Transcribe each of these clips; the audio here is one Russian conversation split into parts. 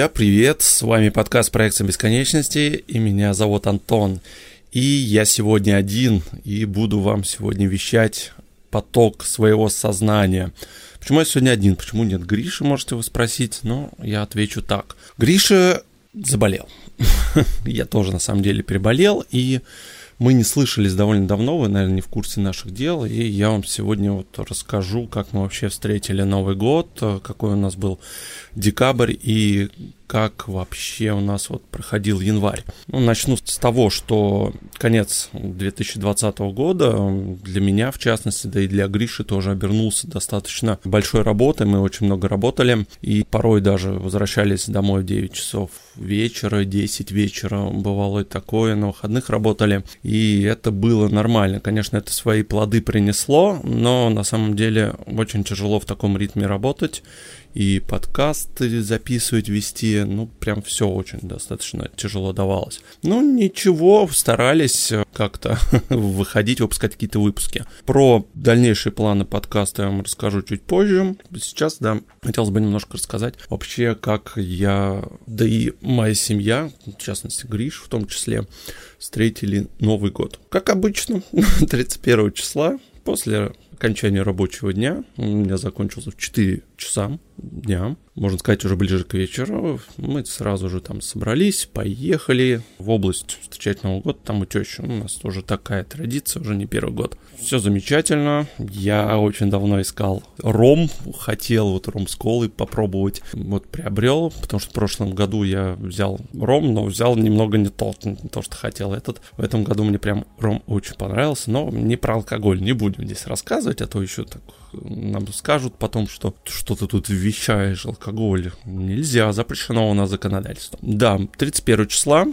друзья, привет! С вами подкаст «Проекция бесконечности», и меня зовут Антон. И я сегодня один, и буду вам сегодня вещать поток своего сознания. Почему я сегодня один? Почему нет Гриши, можете вы спросить? Но я отвечу так. Гриша заболел. Я тоже, на самом деле, переболел, и мы не слышались довольно давно, вы, наверное, не в курсе наших дел, и я вам сегодня вот расскажу, как мы вообще встретили Новый год, какой у нас был декабрь и как вообще у нас вот проходил январь. Начну с того, что конец 2020 года для меня, в частности, да и для Гриши тоже обернулся достаточно большой работой. Мы очень много работали и порой даже возвращались домой в 9 часов вечера, 10 вечера. Бывало и такое, на выходных работали. И это было нормально. Конечно, это свои плоды принесло, но на самом деле очень тяжело в таком ритме работать. И подкасты записывать, вести, прям все очень достаточно тяжело давалось. Ничего, старались как-то выходить, выпускать какие-то выпуски. Про дальнейшие планы подкаста я вам расскажу чуть позже. Сейчас, хотелось бы немножко рассказать вообще, как я, да и моя семья, в частности Гриш в том числе, встретили Новый год. Как обычно, 31 числа, после окончания рабочего дня, у меня закончился в 4 часа дня, можно сказать, уже ближе к вечеру, мы сразу же там собрались, поехали в область встречать Новый год, там у тещи, у нас тоже такая традиция, уже не первый год. Все замечательно, я очень давно искал ром, хотел вот ром с колой попробовать, приобрел, потому что в прошлом году я взял ром, но взял немного не то, что хотел. В этом году мне прям ром очень понравился, но не про алкоголь, не будем здесь рассказывать, а то еще так нам скажут потом, что ты тут вещаешь, алкоголь нельзя, запрещено у нас законодательством. Да, 31 числа,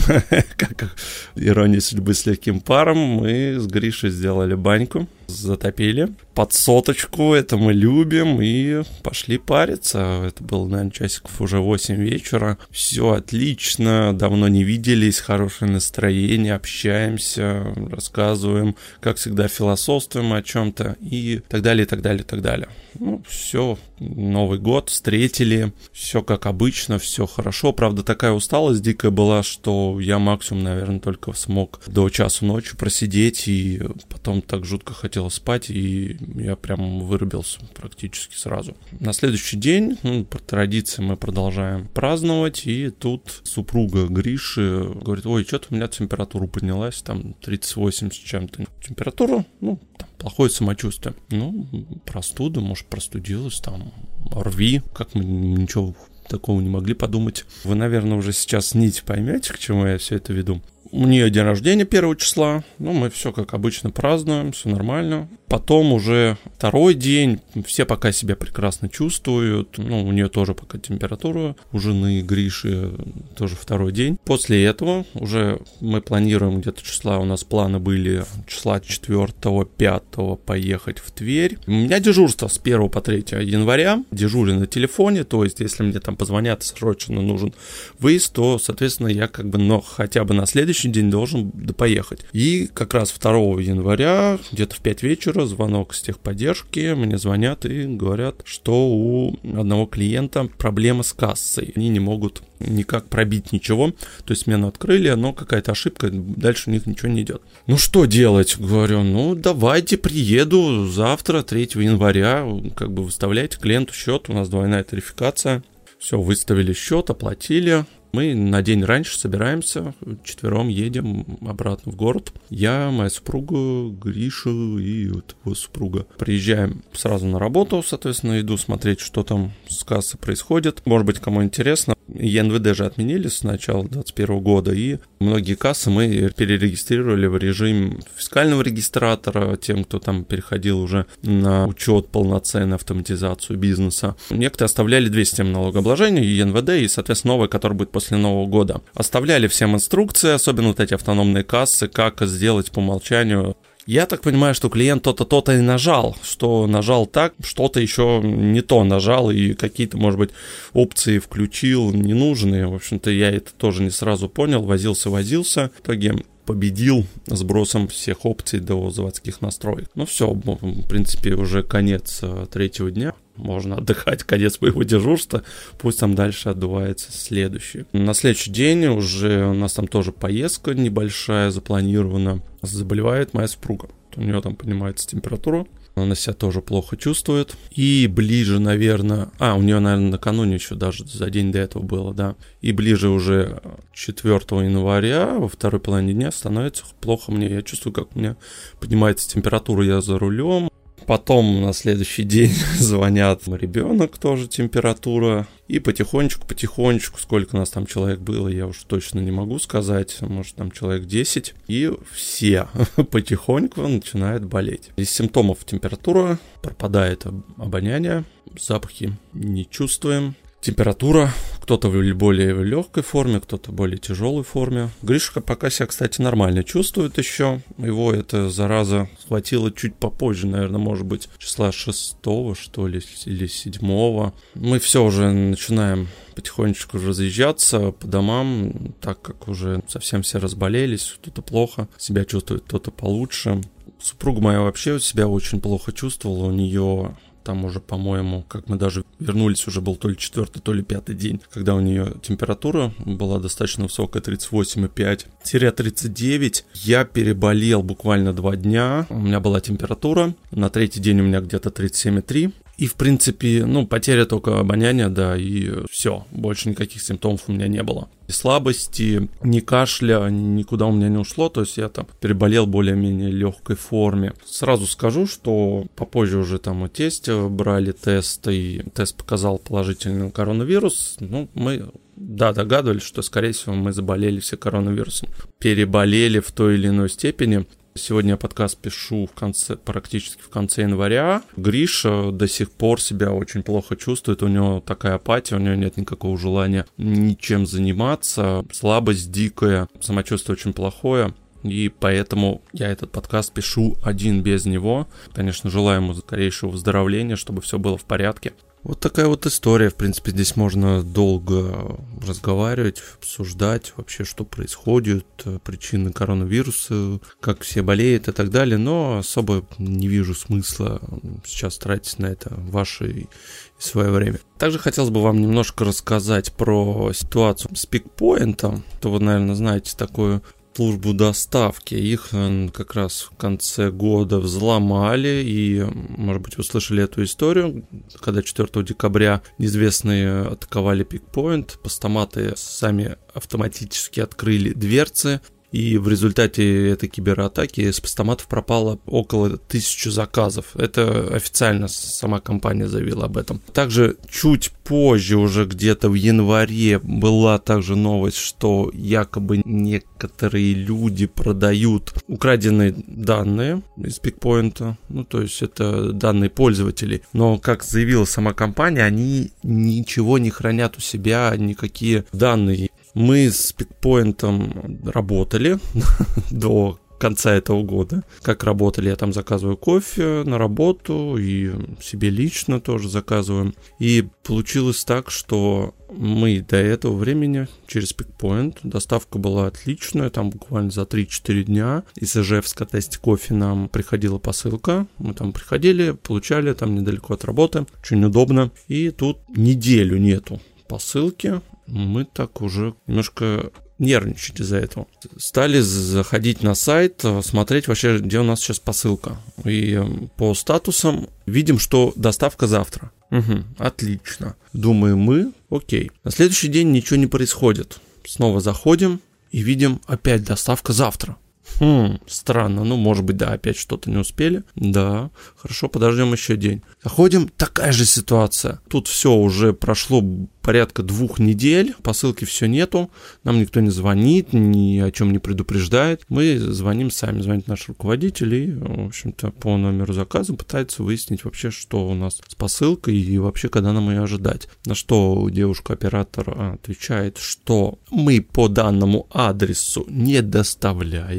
как ирония судьбы с легким паром, мы с Гришей сделали баньку, затопили под соточку, это мы любим, и пошли париться. Это было, наверное, часиков уже 8 вечера. Все отлично, давно не виделись, хорошее настроение, общаемся, рассказываем, как всегда, философствуем о чем-то и так далее, и так далее, и так далее. Все, Новый год встретили, все как обычно, все хорошо. Правда, такая усталость дикая была, что я максимум, наверное, только смог до часу ночи просидеть, и потом так жутко хотел спать, и я прям вырубился практически сразу. На следующий день, по традиции, мы продолжаем праздновать, и тут супруга Гриши говорит: ой, что-то у меня температура поднялась, там 38 с чем-то. Температура, плохое самочувствие. Простуда, может, простудилась, там, ОРВИ, как мы ничего такого не могли подумать. Вы, наверное, уже сейчас нить поймете, к чему я все это веду. У нее день рождения 1 числа, мы все как обычно празднуем, все нормально. Потом уже второй день, все пока себя прекрасно чувствуют, у нее тоже пока температура, у жены Гриши тоже второй день. После этого уже мы планируем где-то числа, у нас планы были числа 4-5 поехать в Тверь. У меня дежурство с 1 по 3 января, дежурю на телефоне, то есть если мне там позвонят, срочно нужен выезд, то, соответственно, я хотя бы на следующий день должен поехать. И как раз 2 января, где-то в 5 вечера, звонок с техподдержки, мне звонят и говорят, что у одного клиента проблема с кассой. Они не могут никак пробить ничего, то есть смену открыли, но какая-то ошибка, дальше у них ничего не идет. Что делать? Говорю, давайте приеду завтра, 3 января, выставляйте клиенту счет, у нас двойная тарификация. Все, выставили счет, оплатили. Мы на день раньше собираемся, 4 едем обратно в город. Я, моя супруга, Гриша и его супруга. Приезжаем сразу на работу, соответственно, иду смотреть, что там с кассой происходит. Может быть, кому интересно. ЕНВД же отменили с начала 2021 года, и многие кассы мы перерегистрировали в режим фискального регистратора, тем, кто там переходил уже на учет, полноценную автоматизацию бизнеса. Некоторые оставляли 2 системы налогообложения, ЕНВД и, соответственно, новая, которая будет после Нового года. Оставляли всем инструкции, особенно эти автономные кассы, как сделать по умолчанию. Я так понимаю, что клиент то-то и нажал, что нажал так, что-то еще не то нажал, и какие-то, может быть, опции включил ненужные. В общем-то, я это тоже не сразу понял, возился. В итоге победил сбросом всех опций до заводских настроек. Все, в принципе, уже конец 3-го дня. можно отдыхать, конец моего дежурства, пусть там дальше отдувается следующий. На следующий день уже у нас там тоже поездка небольшая запланирована. Заболевает моя супруга. У нее там поднимается температура. Она себя тоже плохо чувствует. И ближе, наверное... у нее, наверное, накануне еще даже за день до этого было, да. И ближе уже 4 января, во второй половине дня становится плохо мне. Я чувствую, как у меня поднимается температура, я за рулем. Потом на следующий день звонят, ребенок тоже температура. И потихонечку, сколько у нас там человек было, я уж точно не могу сказать. Может, там человек 10. И все потихоньку начинают болеть. Из симптомов температура, пропадает обоняние, запахи не чувствуем. Температура, кто-то в более легкой форме, кто-то в более тяжелой форме. Гришка пока себя, кстати, нормально чувствует еще. Его эта зараза схватила чуть попозже, наверное, может быть, числа 6, что ли, или 7. Мы все уже начинаем потихонечку разъезжаться по домам, так как уже совсем все разболелись, кто-то плохо себя чувствует, кто-то получше. Супруга моя вообще себя очень плохо чувствовала, у нее... Там уже, по-моему, как мы даже вернулись, уже был то ли 4-й, то ли 5-й день, когда у нее температура была достаточно высокая, 38,5-39. Я переболел буквально 2 дня, у меня была температура, на 3-й день у меня где-то 37,3. И, в принципе, потеря только обоняния, да, и все, больше никаких симптомов у меня не было. Ни слабости, ни кашля, никуда у меня не ушло, то есть я там переболел в более-менее легкой форме. Сразу скажу, что попозже уже там у тестя брали тест, и тест показал положительный коронавирус. Мы догадывались, что, скорее всего, мы заболели все коронавирусом. Переболели в той или иной степени. Сегодня я подкаст пишу практически в конце января. Гриша до сих пор себя очень плохо чувствует, у него такая апатия, у него нет никакого желания ничем заниматься, слабость дикая, самочувствие очень плохое. И поэтому я этот подкаст пишу один без него. Конечно, желаю ему скорейшего выздоровления, чтобы все было в порядке. Вот такая вот история, в принципе, здесь можно долго разговаривать, обсуждать вообще, что происходит, причины коронавируса, как все болеют и так далее, но особо не вижу смысла сейчас тратить на это ваше и свое время. Также хотелось бы вам немножко рассказать про ситуацию с Пикпоинтом. То вы, наверное, знаете такую службу доставки. Их как раз в конце года взломали, и, может быть, вы слышали эту историю, когда 4 декабря неизвестные атаковали Пикпоинт, постаматы сами автоматически открыли дверцы, и в результате этой кибератаки с постаматов пропало около 1000 заказов. Это официально сама компания заявила об этом. Также чуть позже, уже где-то в январе, была также новость, что якобы некоторые люди продают украденные данные из Пикпоинта. То есть это данные пользователей. Но, как заявила сама компания, они ничего не хранят у себя, никакие данные. Мы с Пикпоинтом работали до конца этого года. Как работали, я там заказываю кофе на работу и себе лично тоже заказываем. И получилось так, что мы до этого времени через Пикпоинт, доставка была отличная, там буквально за 3-4 дня из Ижевска Тести Кофе нам приходила посылка. Мы там приходили, получали там недалеко от работы, очень удобно. И тут неделю нету посылки. Мы так уже немножко нервничать из-за этого. Стали заходить на сайт, смотреть вообще, где у нас сейчас посылка. И по статусам видим, что доставка завтра. Отлично. Думаем мы, окей. На следующий день ничего не происходит. Снова заходим и видим опять доставка завтра. Странно, может быть, да, опять что-то не успели. Да, хорошо, подождем еще день. Заходим, такая же ситуация. Тут все уже прошло порядка 2 недель, посылки все нету, нам никто не звонит, ни о чем не предупреждает. Мы звоним сами, звонит наш руководитель и, в общем-то, по номеру заказа пытается выяснить вообще, что у нас с посылкой и вообще, когда нам ее ожидать. На что девушка-оператор отвечает, что мы по данному адресу не доставляем.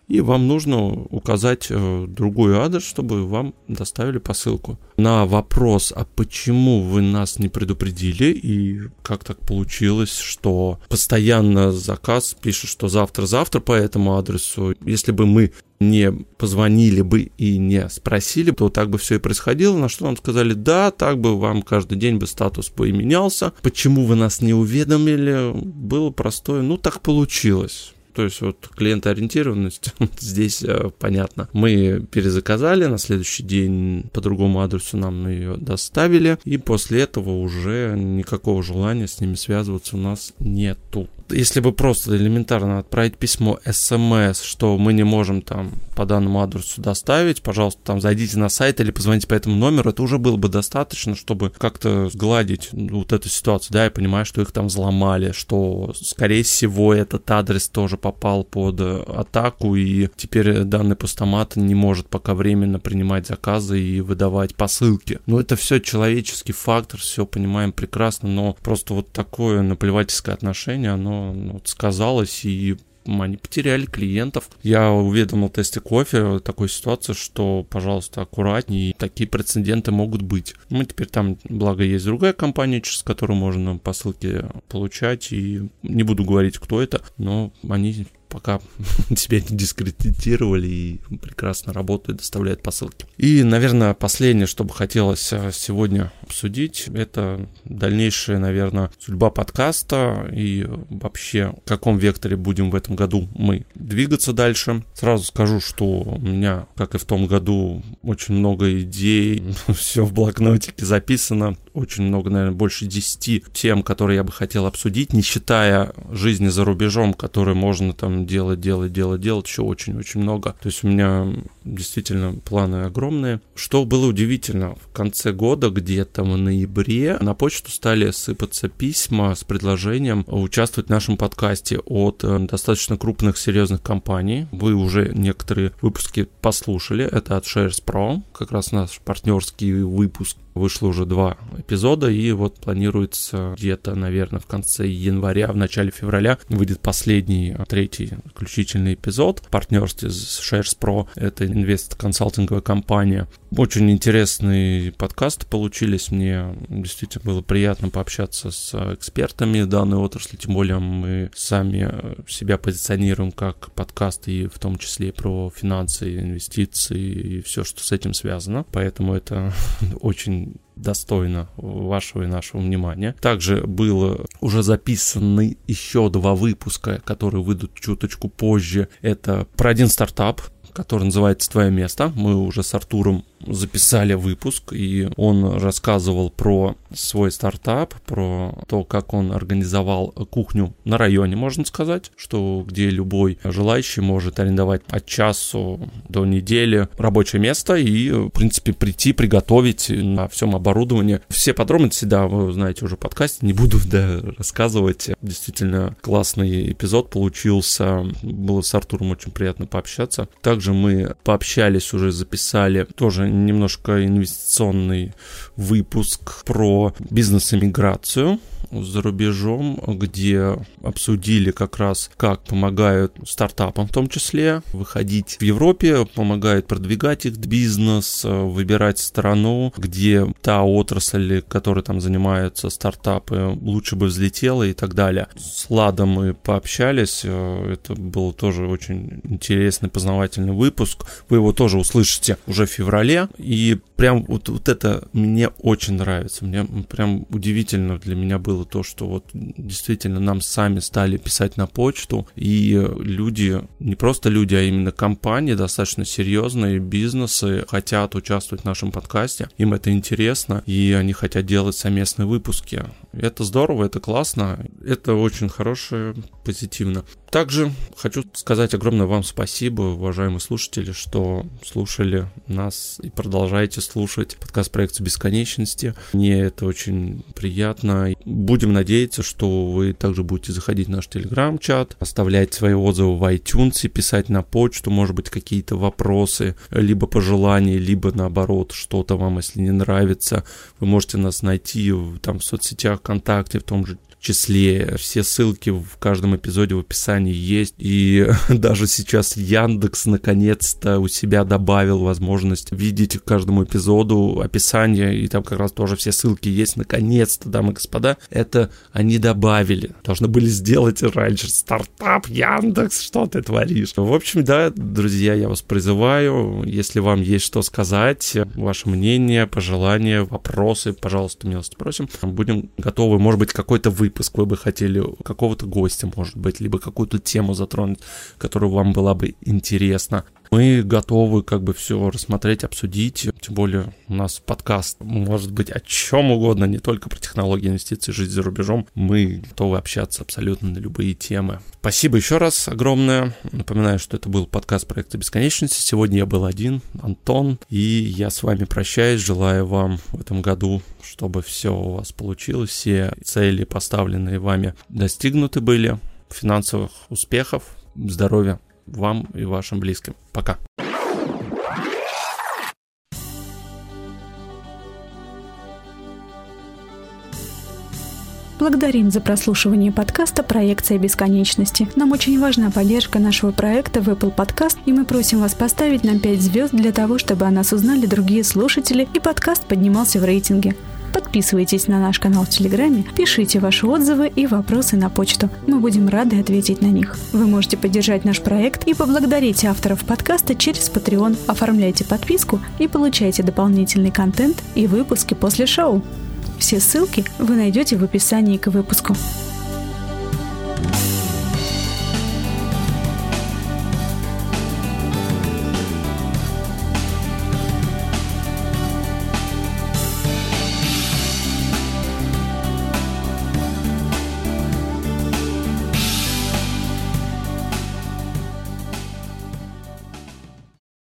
и вам нужно указать другой адрес, чтобы вам доставили посылку. На вопрос, а почему вы нас не предупредили и как так получилось, что постоянно заказ пишет, что завтра по этому адресу, если бы мы не позвонили бы и не спросили, то так бы все и происходило, на что нам сказали, да, так бы вам каждый день бы статус поменялся. Почему вы нас не уведомили? Было простое, так получилось. То есть вот клиентоориентированность здесь понятно. Мы перезаказали, на следующий день по другому адресу нам ее доставили, и после этого уже никакого желания с ними связываться у нас нету. Если бы просто элементарно отправить письмо, смс, что мы не можем там по данному адресу доставить, пожалуйста, там зайдите на сайт или позвоните по этому номеру, это уже было бы достаточно, чтобы как-то сгладить вот эту ситуацию. Да, я понимаю, что их там взломали, что, скорее всего, этот адрес тоже попал под атаку, и теперь данный постамат не может пока временно принимать заказы и выдавать посылки. Но это все человеческий фактор, все понимаем прекрасно, но просто вот такое наплевательское отношение, оно сказалось, и они потеряли клиентов. Я уведомил Tasty Coffee о такой ситуации, что, пожалуйста, аккуратнее, такие прецеденты могут быть. Мы теперь там, благо, есть другая компания, через которую можно посылки получать, и не буду говорить, кто это, но они пока себя не дискредитировали и прекрасно работают, доставляют посылки. И, наверное, последнее, что бы хотелось сегодня обсудить, это дальнейшая, наверное, судьба подкаста и вообще в каком векторе будем в этом году мы двигаться дальше. Сразу скажу, что у меня, как и в том году, очень много идей, все в блокнотике записано, очень много, наверное, больше 10 тем, которые я бы хотел обсудить, не считая жизни за рубежом, которые можно там делать, еще очень-очень много. То есть у меня действительно планы огромные. Что было удивительно, в конце года, где-то в ноябре, на почту стали сыпаться письма с предложением участвовать в нашем подкасте от достаточно крупных, серьезных компаний. Вы уже некоторые выпуски послушали. Это от Shares Pro, как раз наш партнерский выпуск. Вышло уже 2 эпизода, и вот планируется где-то, наверное, в конце января, в начале февраля выйдет последний, 3-й заключительный эпизод в партнерстве с Shares Pro. Это инвест-консалтинговая компания. Очень интересные подкасты получились. Мне действительно было приятно пообщаться с экспертами данной отрасли, тем более мы сами себя позиционируем как подкаст, и в том числе про финансы, инвестиции и все, что с этим связано. Поэтому это очень достойно вашего и нашего внимания. Также было уже записаны еще 2 выпуска, которые выйдут чуточку позже. Это про один стартап, который называется «Твое место». Мы уже с Артуром записали выпуск, и он рассказывал про свой стартап, про то, как он организовал кухню на районе, можно сказать, что где любой желающий может арендовать от часу до недели рабочее место и, в принципе, прийти, приготовить на всем оборудовании. Все подробности, да, вы знаете уже в подкасте, не буду рассказывать. Действительно классный эпизод получился. Было с Артуром очень приятно пообщаться. Также мы пообщались, уже записали тоже немножко инвестиционный выпуск про бизнес-эмиграцию за рубежом, где обсудили как раз, как помогают стартапам в том числе выходить в Европе, помогают продвигать их бизнес, выбирать страну, где та отрасль, которой там занимаются стартапы, лучше бы взлетела и так далее. С Ладом мы пообщались, это был тоже очень интересный, познавательный выпуск. Вы его тоже услышите уже в феврале, и прям вот это мне очень нравится. Мне прям удивительно для меня было то, что вот действительно нам сами стали писать на почту, и люди, не просто люди, а именно компании, достаточно серьезные бизнесы хотят участвовать в нашем подкасте, им это интересно, и они хотят делать совместные выпуски. Это здорово, это классно, это очень хорошее, позитивно. Также хочу сказать огромное вам спасибо, уважаемые слушатели, что слушали нас и продолжаете слушать подкаст «Проекция бесконечности». Мне это очень приятно. Будем надеяться, что вы также будете заходить в наш телеграм-чат, оставлять свои отзывы в iTunes, писать на почту, может быть, какие-то вопросы, либо пожелания, либо наоборот, что-то вам, если не нравится. Вы можете нас найти там в соцсетях, ВКонтакте, в том же числе. Все ссылки в каждом эпизоде в описании есть. И даже сейчас Яндекс наконец-то у себя добавил возможность видеть к каждому эпизоду описание, и там как раз тоже все ссылки есть. Наконец-то, дамы и господа, это они добавили. Должны были сделать раньше. Стартап, Яндекс, что ты творишь? В общем, да, друзья, я вас призываю, если вам есть что сказать, ваше мнение, пожелания, вопросы, пожалуйста, милости просим. Будем готовы, может быть, какой-то выпуск вы бы хотели, какого-то гостя, может быть, либо какую-то тему затронуть, которая вам была бы интересна. Мы готовы все рассмотреть, обсудить, тем более у нас подкаст может быть о чем угодно, не только про технологии, инвестиции, жизнь за рубежом. Мы готовы общаться абсолютно на любые темы. Спасибо еще раз огромное. Напоминаю, что это был подкаст проекта Бесконечности. Сегодня я был один, Антон, и я с вами прощаюсь. Желаю вам в этом году, чтобы все у вас получилось, все цели, поставленные вами, достигнуты были, финансовых успехов, здоровья вам и вашим близким. Пока. Благодарим за прослушивание подкаста «Проекция бесконечности». Нам очень важна поддержка нашего проекта в Apple Podcast, и мы просим вас поставить нам 5 звезд для того, чтобы о нас узнали другие слушатели и подкаст поднимался в рейтинге. Подписывайтесь на наш канал в Телеграме, пишите ваши отзывы и вопросы на почту. Мы будем рады ответить на них. Вы можете поддержать наш проект и поблагодарить авторов подкаста через Patreon. Оформляйте подписку и получайте дополнительный контент и выпуски после шоу. Все ссылки вы найдете в описании к выпуску.